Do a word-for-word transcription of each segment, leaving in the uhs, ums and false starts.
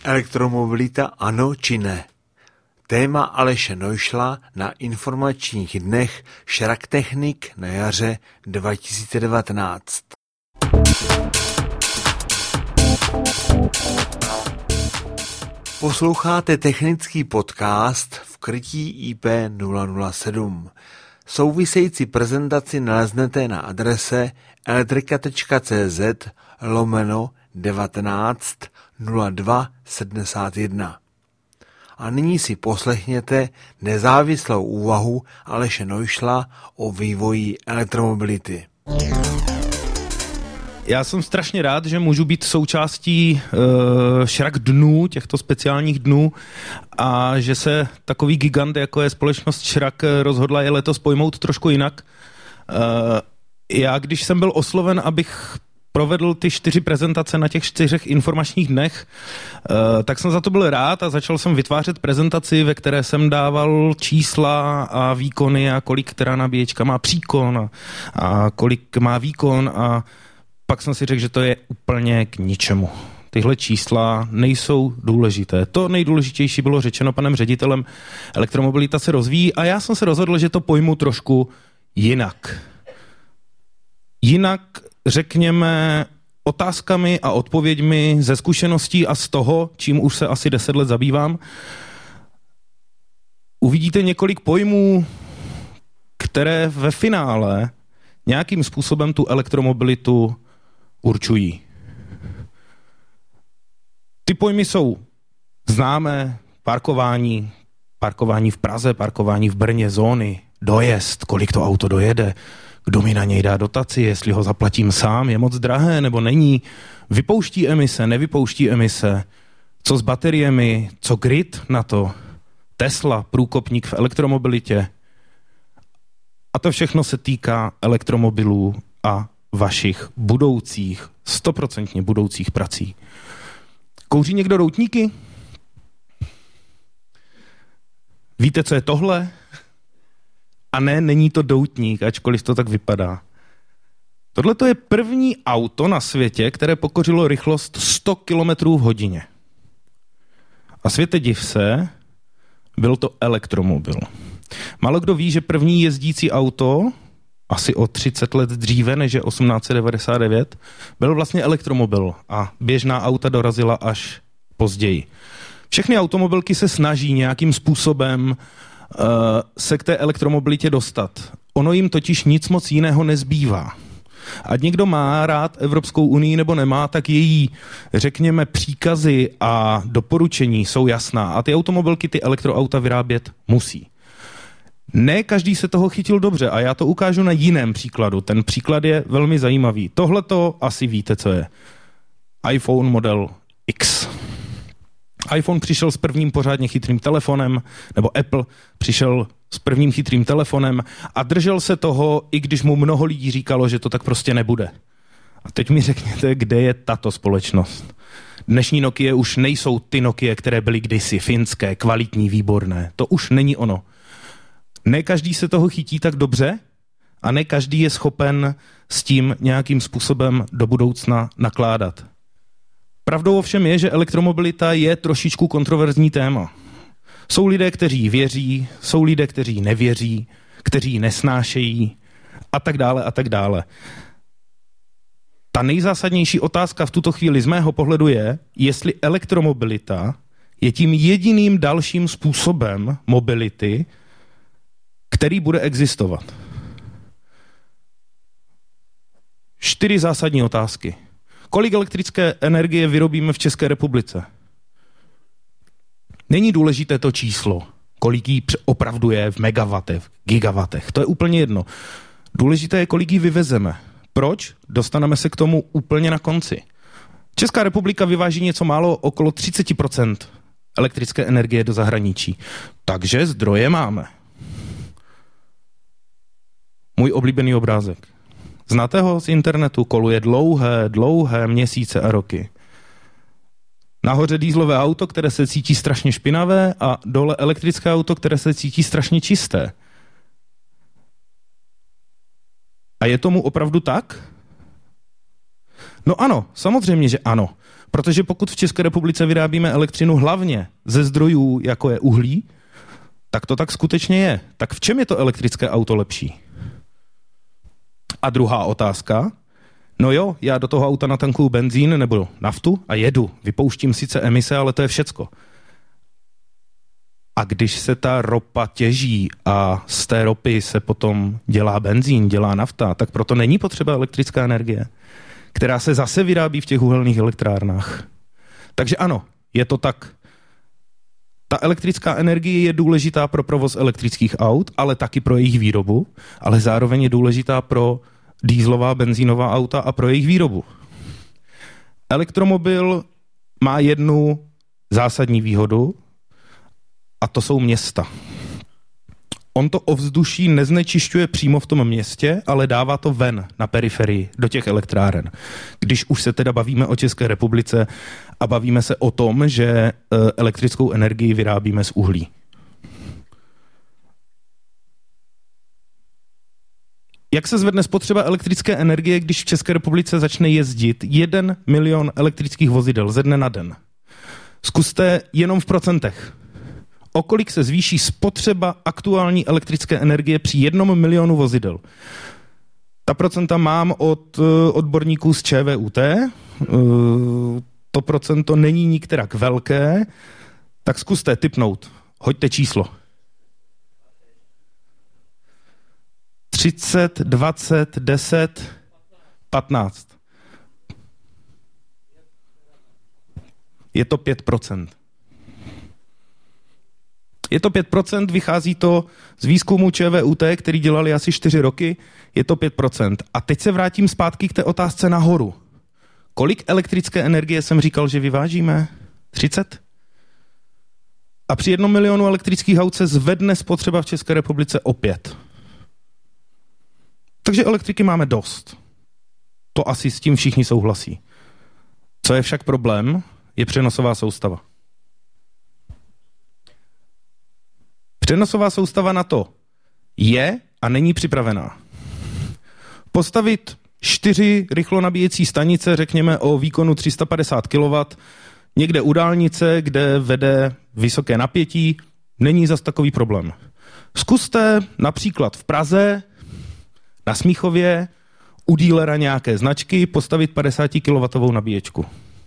Elektromobilita ano či ne? Téma Aleše Neuschla na informačních dnech Šraktechnik na jaře dva tisíce devatenáct. Posloucháte technický podcast v krytí I P nula nula sedm. Související prezentaci naleznete na adrese elektrika.cz lomeno devatenáct nula dva sedmdesát jedna. A nyní si poslechněte nezávislou úvahu Aleše Neuschla o vývoji elektromobility. Já jsem strašně rád, že můžu být součástí uh, Šrak dnů, těchto speciálních dnů, a že se takový gigant, jako je společnost Šrak, rozhodla je letos pojmout trošku jinak. Uh, já, když jsem byl osloven, abych provedl ty čtyři prezentace na těch čtyřech informačních dnech, uh, tak jsem za to byl rád a začal jsem vytvářet prezentaci, ve které jsem dával čísla a výkony a kolik která nabíječka má příkon a, a kolik má výkon, a pak jsem si řekl, že to je úplně k ničemu. Tyhle čísla nejsou důležité. To nejdůležitější bylo řečeno panem ředitelem. Elektromobilita se rozvíjí a já jsem se rozhodl, že to pojmu trošku jinak. Jinak, řekněme, otázkami a odpověďmi ze zkušeností a z toho, čím už se asi deset let zabývám. Uvidíte několik pojmů, které ve finále nějakým způsobem tu elektromobilitu určují. Ty pojmy jsou známé: parkování, parkování v Praze, parkování v Brně, zóny, dojezd, kolik to auto dojede, kdo mi na něj dá dotaci, jestli ho zaplatím sám, je moc drahé nebo není, vypouští emise, nevypouští emise, co s bateriemi, co grid na to, Tesla, průkopník v elektromobilitě. A to všechno se týká elektromobilů a vašich budoucích, stoprocentně budoucích prací. Kouří někdo doutníky? Víte, co je tohle? A ne, není to doutník, ačkoliv to tak vypadá. Tohle to je první auto na světě, které pokořilo rychlost sto kilometrů v hodině. A světe div se, byl to elektromobil. Málo kdo ví, že první jezdící auto, asi o třicet let dříve, než je osmnáct set devadesát devět, byl vlastně elektromobil a běžná auta dorazila až později. Všechny automobilky se snaží nějakým způsobem uh, se k té elektromobilitě dostat. Ono jim totiž nic moc jiného nezbývá. Ať někdo má rád Evropskou unii nebo nemá, tak její, řekněme, příkazy a doporučení jsou jasná a ty automobilky, ty elektroauta vyrábět musí. Ne každý se toho chytil dobře a já to ukážu na jiném příkladu. Ten příklad je velmi zajímavý. Tohle to asi víte, co je. iPhone model X. iPhone přišel s prvním pořádně chytrým telefonem, nebo Apple přišel s prvním chytrým telefonem a držel se toho, i když mu mnoho lidí říkalo, že to tak prostě nebude. A teď mi řekněte, kde je tato společnost. Dnešní Nokia už nejsou ty Nokia, které byly kdysi finské, kvalitní, výborné. To už není ono. Ne každý se toho chytí tak dobře a ne každý je schopen s tím nějakým způsobem do budoucna nakládat. Pravdou ovšem je, že elektromobilita je trošičku kontroverzní téma. Jsou lidé, kteří věří, jsou lidé, kteří nevěří, kteří nesnášejí a tak dále a tak dále. Ta nejzásadnější otázka v tuto chvíli z mého pohledu je, jestli elektromobilita je tím jediným dalším způsobem mobility, který bude existovat. Čtyři zásadní otázky. Kolik elektrické energie vyrobíme v České republice? Není důležité to číslo, kolik jí opravdu je v megawatech, gigawatech. To je úplně jedno. Důležité je, kolik jí vyvezeme. Proč? Dostaneme se k tomu úplně na konci. Česká republika vyváží něco málo okolo třicet procent elektrické energie do zahraničí. Takže zdroje máme. Můj oblíbený obrázek. Znáte ho z internetu? Koluje dlouhé, dlouhé měsíce a roky. Nahoře dýzlové auto, které se cítí strašně špinavé, a dole elektrické auto, které se cítí strašně čisté. A je tomu opravdu tak? No ano, samozřejmě, že ano. Protože pokud v České republice vyrábíme elektřinu hlavně ze zdrojů, jako je uhlí, tak to tak skutečně je. Tak v čem je to elektrické auto lepší? A druhá otázka. No jo, já do toho auta natankuju benzín nebo naftu a jedu. Vypouštím sice emise, ale to je všecko. A když se ta ropa těží a z té ropy se potom dělá benzín, dělá nafta, tak proto není potřeba elektrická energie, která se zase vyrábí v těch uhelných elektrárnách. Takže ano, je to tak. Ta elektrická energie je důležitá pro provoz elektrických aut, ale taky pro jejich výrobu, ale zároveň je důležitá pro dieselová, benzínová auta a pro jejich výrobu. Elektromobil má jednu zásadní výhodu a to jsou města. On to ovzduší neznečišťuje přímo v tom městě, ale dává to ven na periferii do těch elektráren. Když už se teda bavíme o České republice a bavíme se o tom, že elektrickou energii vyrábíme z uhlí. Jak se zvedne spotřeba elektrické energie, když v České republice začne jezdit jeden milion elektrických vozidel ze dne na den? Zkuste jenom v procentech. O kolik se zvýší spotřeba aktuální elektrické energie při jednom milionu vozidel? Ta procenta mám od odborníků z ČVUT. To procento není nikterak velké, tak zkuste tipnout. Hoďte číslo. třicet, dvacet, deset, patnáct. Je to pět procent. Je to pět procent, vychází to z výzkumu ČVUT, který dělali asi čtyři roky, je to pět procent. A teď se vrátím zpátky k té otázce nahoru. Kolik elektrické energie jsem říkal, že vyvážíme? třicet? A při jednom milionu elektrických aut se zvedne spotřeba v České republice o pět. Takže elektriky máme dost. To asi s tím všichni souhlasí. Co je však problém, je přenosová soustava. Přenosová soustava na to je a není připravená. Postavit čtyři rychlonabíjecí stanice, řekněme o výkonu tři sta padesát kilowattů, někde u dálnice, kde vede vysoké napětí, není zas takový problém. Zkuste například v Praze, na Smíchově, u dílera nějaké značky postavit padesátikilowatovou nabíječku.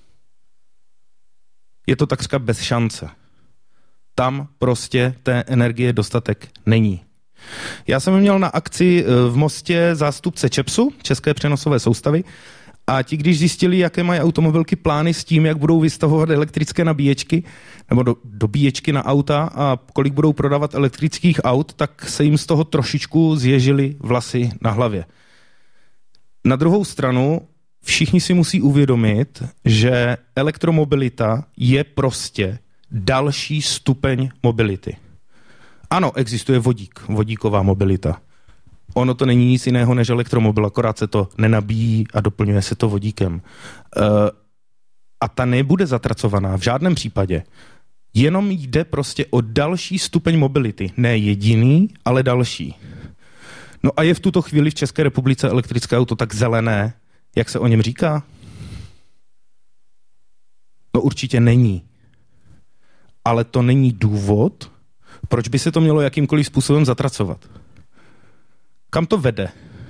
Je to takřka bez šance. Tam prostě té energie dostatek není. Já jsem měl na akci v Mostě zástupce ČEPSu, České přenosové soustavy, a ti, když zjistili, jaké mají automobilky plány s tím, jak budou vystavovat elektrické nabíječky nebo do, dobíječky na auta a kolik budou prodávat elektrických aut, tak se jim z toho trošičku zježily vlasy na hlavě. Na druhou stranu všichni si musí uvědomit, že elektromobilita je prostě další stupeň mobility. Ano, existuje vodík, vodíková mobilita. Ono to není nic jiného než elektromobil, akorát se to nenabíjí a doplňuje se to vodíkem. E, a ta nebude zatracovaná v žádném případě. Jenom jde prostě o další stupeň mobility. Ne jediný, ale další. No a je v tuto chvíli v České republice elektrické auto tak zelené, jak se o něm říká? No určitě není. Ale to není důvod, proč by se to mělo jakýmkoliv způsobem zatracovat. Kam to vede?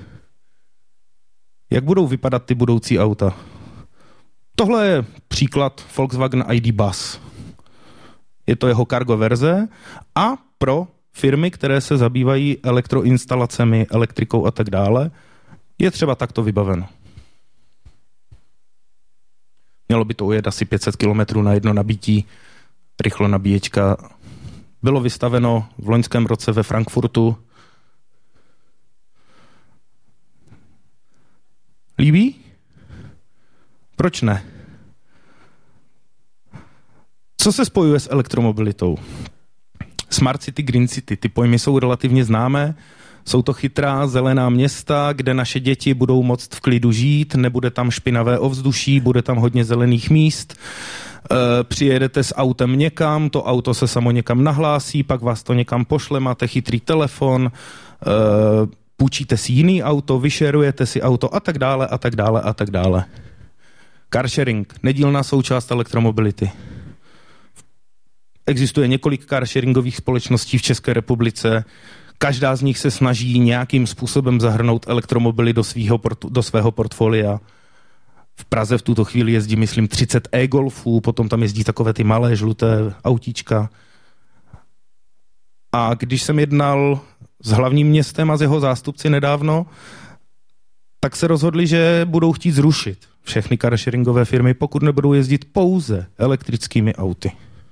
Jak budou vypadat ty budoucí auta? Tohle je příklad Volkswagen I D Bus. Je to jeho cargo verze a pro firmy, které se zabývají elektroinstalacemi, elektrikou a tak dále, je třeba takto vybaveno. Mělo by to ujet asi pět set kilometrů na jedno nabití, rychlo nabíječka. Bylo vystaveno v loňském roce ve Frankfurtu. Líbí? Proč ne? Co se spojuje s elektromobilitou? Smart City, Green City, ty pojmy jsou relativně známé. Jsou to chytrá zelená města, kde naše děti budou moct v klidu žít, nebude tam špinavé ovzduší, bude tam hodně zelených míst. E, přijedete s autem někam, to auto se samo někam nahlásí, pak vás to někam pošle, máte chytrý telefon, e, půjčíte si jiný auto, vyšerujete si auto a tak dále a tak dále a tak dále. Carsharing, nedílná součást elektromobility. Existuje několik carsharingových společností v České republice. Každá z nich se snaží nějakým způsobem zahrnout elektromobily do, svýho, do svého portfolia. V Praze v tuto chvíli jezdí, myslím, třicet e-golfů, potom tam jezdí takové ty malé žluté autíčka. A když jsem jednal s hlavním městem a s jeho zástupci nedávno, tak se rozhodli, že budou chtít zrušit všechny carsharingové firmy, pokud nebudou jezdit pouze elektrickými auty.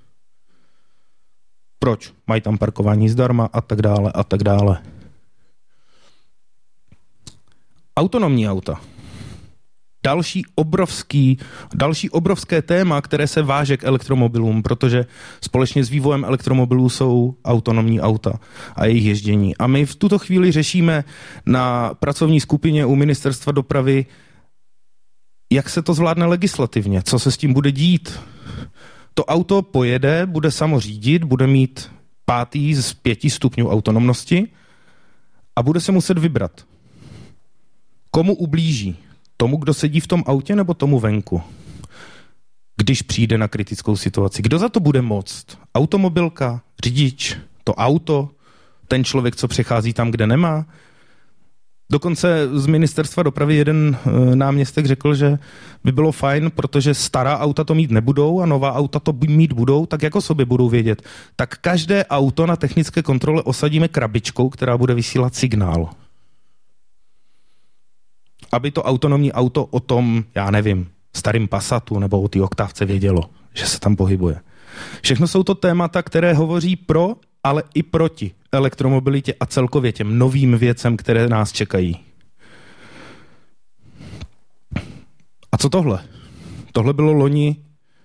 Proč? Mají tam parkování zdarma a tak dále a tak dále. Autonomní auta. Další obrovský, další obrovské téma, které se váže k elektromobilům, protože společně s vývojem elektromobilů jsou autonomní auta a jejich ježdění. A my v tuto chvíli řešíme na pracovní skupině u Ministerstva dopravy, jak se to zvládne legislativně, co se s tím bude dít. To auto pojede, bude samo řídit, bude mít pátý z pěti stupňů autonomnosti a bude se muset vybrat. Komu ublíží? Tomu, kdo sedí v tom autě, nebo tomu venku? Když přijde na kritickou situaci. Kdo za to bude moct? Automobilka, řidič, to auto, ten člověk, co přechází tam, kde nemá? Dokonce z Ministerstva dopravy jeden náměstek řekl, že by bylo fajn, protože stará auta to mít nebudou a nová auta to mít budou, tak jako sobě budou vědět. Tak každé auto na technické kontrole osadíme krabičkou, která bude vysílat signál. Aby to autonomní auto o tom, já nevím, starým Passatu nebo o té Oktávce vědělo, že se tam pohybuje. Všechno jsou to témata, které hovoří pro, ale i proti elektromobilitě a celkově těm novým věcem, které nás čekají. A co tohle? Tohle bylo loni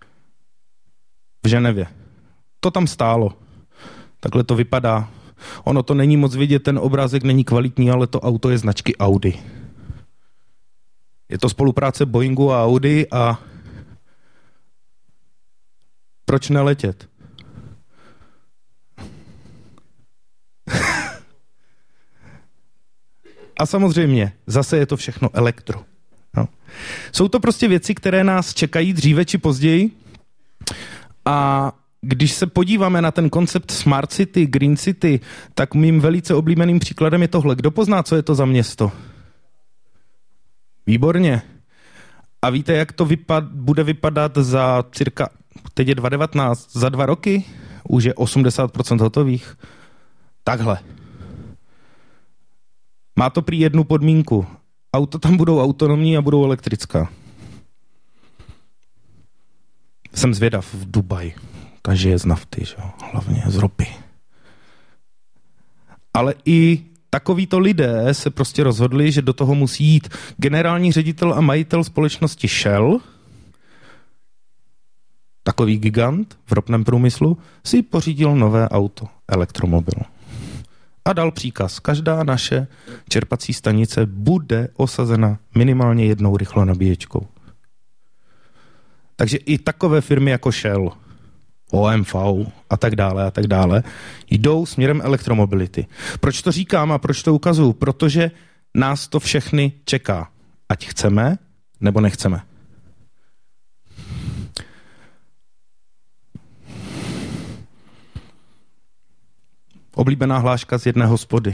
v Ženevě. To tam stálo. Takhle to vypadá. Ono to není moc vidět, ten obrázek není kvalitní, ale to auto je značky Audi. Je to spolupráce Boeingu a Audi a proč neletět? A samozřejmě, zase je to všechno elektro. No. Jsou to prostě věci, které nás čekají dříve či později a když se podíváme na ten koncept Smart City, Green City, tak mým velice oblíbeným příkladem je tohle. Kdo pozná, co je to za město? Výborně. A víte, jak to vypad, bude vypadat za cirka, teď je dva tisíce devatenáct, za dva roky? Už je osmdesát procent hotových. Takhle. Má to prý jednu podmínku. Auta tam budou autonomní a budou elektrická. Jsem zvědav v Dubaji. Takže je z nafty, že? Hlavně z ropy. Ale i takovýto lidé se prostě rozhodli, že do toho musí jít generální ředitel a majitel společnosti Shell, takový gigant v ropném průmyslu, si pořídil nové auto, elektromobil. A dal příkaz, každá naše čerpací stanice bude osazena minimálně jednou rychlonabíječkou. Takže i takové firmy jako Shell, O M V a tak dále a tak dále, jdou směrem elektromobility. Proč to říkám a proč to ukazuju? Protože nás to všechny čeká. Ať chceme, nebo nechceme. Oblíbená hláška z jedné hospody.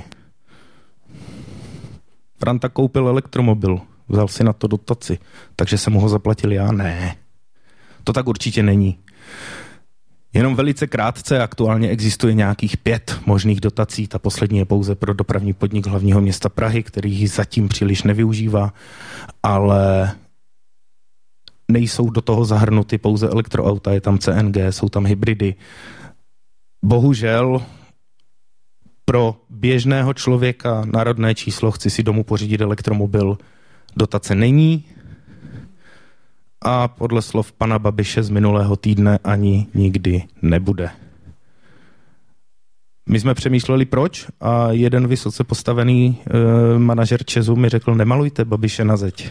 Franta koupil elektromobil, vzal si na to dotaci, takže jsem mu ho zaplatil já? Ne. To tak určitě není. Jenom velice krátce aktuálně existuje nějakých pět možných dotací. Ta poslední je pouze pro dopravní podnik hlavního města Prahy, který ji zatím příliš nevyužívá, ale nejsou do toho zahrnuty pouze elektroauta, je tam C N G, jsou tam hybridy. Bohužel pro běžného člověka na rodné číslo chci si domů pořídit elektromobil, dotace není a podle slov pana Babiše z minulého týdne ani nikdy nebude. My jsme přemýšleli proč a jeden vysoce postavený e, manažer Česu mi řekl, nemalujte Babiše na zeď.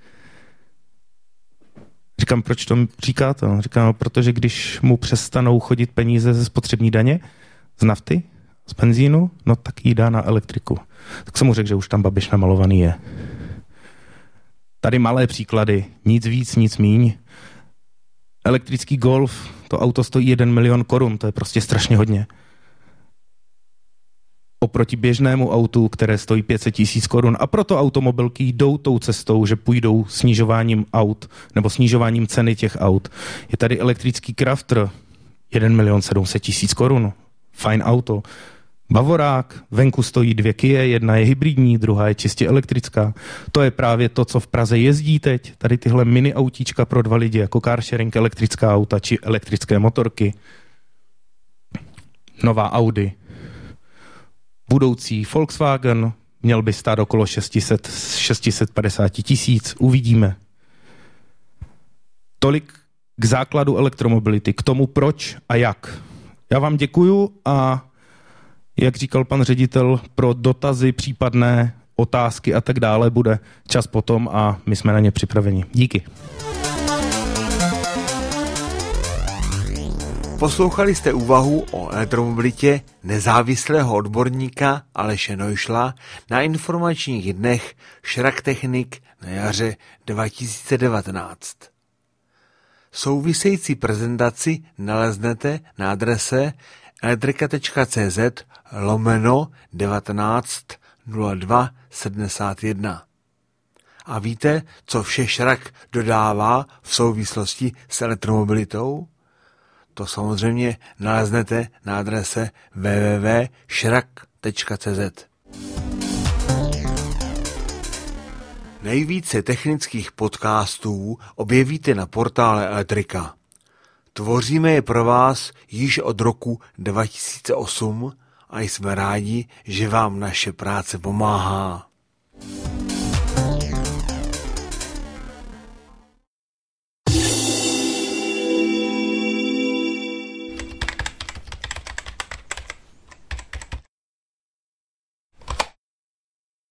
Říkám, proč to říkáte? Říkám, no, protože když mu přestanou chodit peníze ze spotřební daně, z nafty, z benzínu, no tak jí dá na elektriku. Tak jsem mu řekl, že už tam Babiš namalovaný je. Tady malé příklady, nic víc, nic míň. Elektrický Golf, to auto stojí jeden milion korun, to je prostě strašně hodně. Oproti běžnému autu, které stojí pět set tisíc korun. A proto automobilky jdou tou cestou, že půjdou snižováním aut nebo snižováním ceny těch aut. Je tady elektrický Crafter, jeden milion sedm set tisíc korun. Fajn auto. Bavorák, venku stojí dvě Kia, jedna je hybridní, druhá je čistě elektrická. To je právě to, co v Praze jezdí teď. Tady tyhle mini autíčka pro dva lidi, jako carsharing, elektrická auta či elektrické motorky. Nová Audi. Budoucí Volkswagen měl by stát okolo šest set, šest set padesát tisíc, uvidíme. Tolik k základu elektromobility, k tomu proč a jak. Já vám děkuju a jak říkal pan ředitel, pro dotazy, případné otázky a tak dále bude čas potom a my jsme na ně připraveni. Díky. Poslouchali jste úvahu o elektromobilitě nezávislého odborníka Aleše Neuschla na informačních dnech Schraktechnik na jaře dva tisíce devatenáct. Související prezentaci naleznete na adrese elektrika.cz lomeno devatenáct nula dva sedmdesát jedna. A víte, co vše Schrak dodává v souvislosti s elektromobilitou? To samozřejmě naleznete na adrese w w w tečka schrak tečka c z. Nejvíce technických podcastů objevíte na portále Elektrika. Tvoříme je pro vás již od roku dva tisíce osm a jsme rádi, že vám naše práce pomáhá.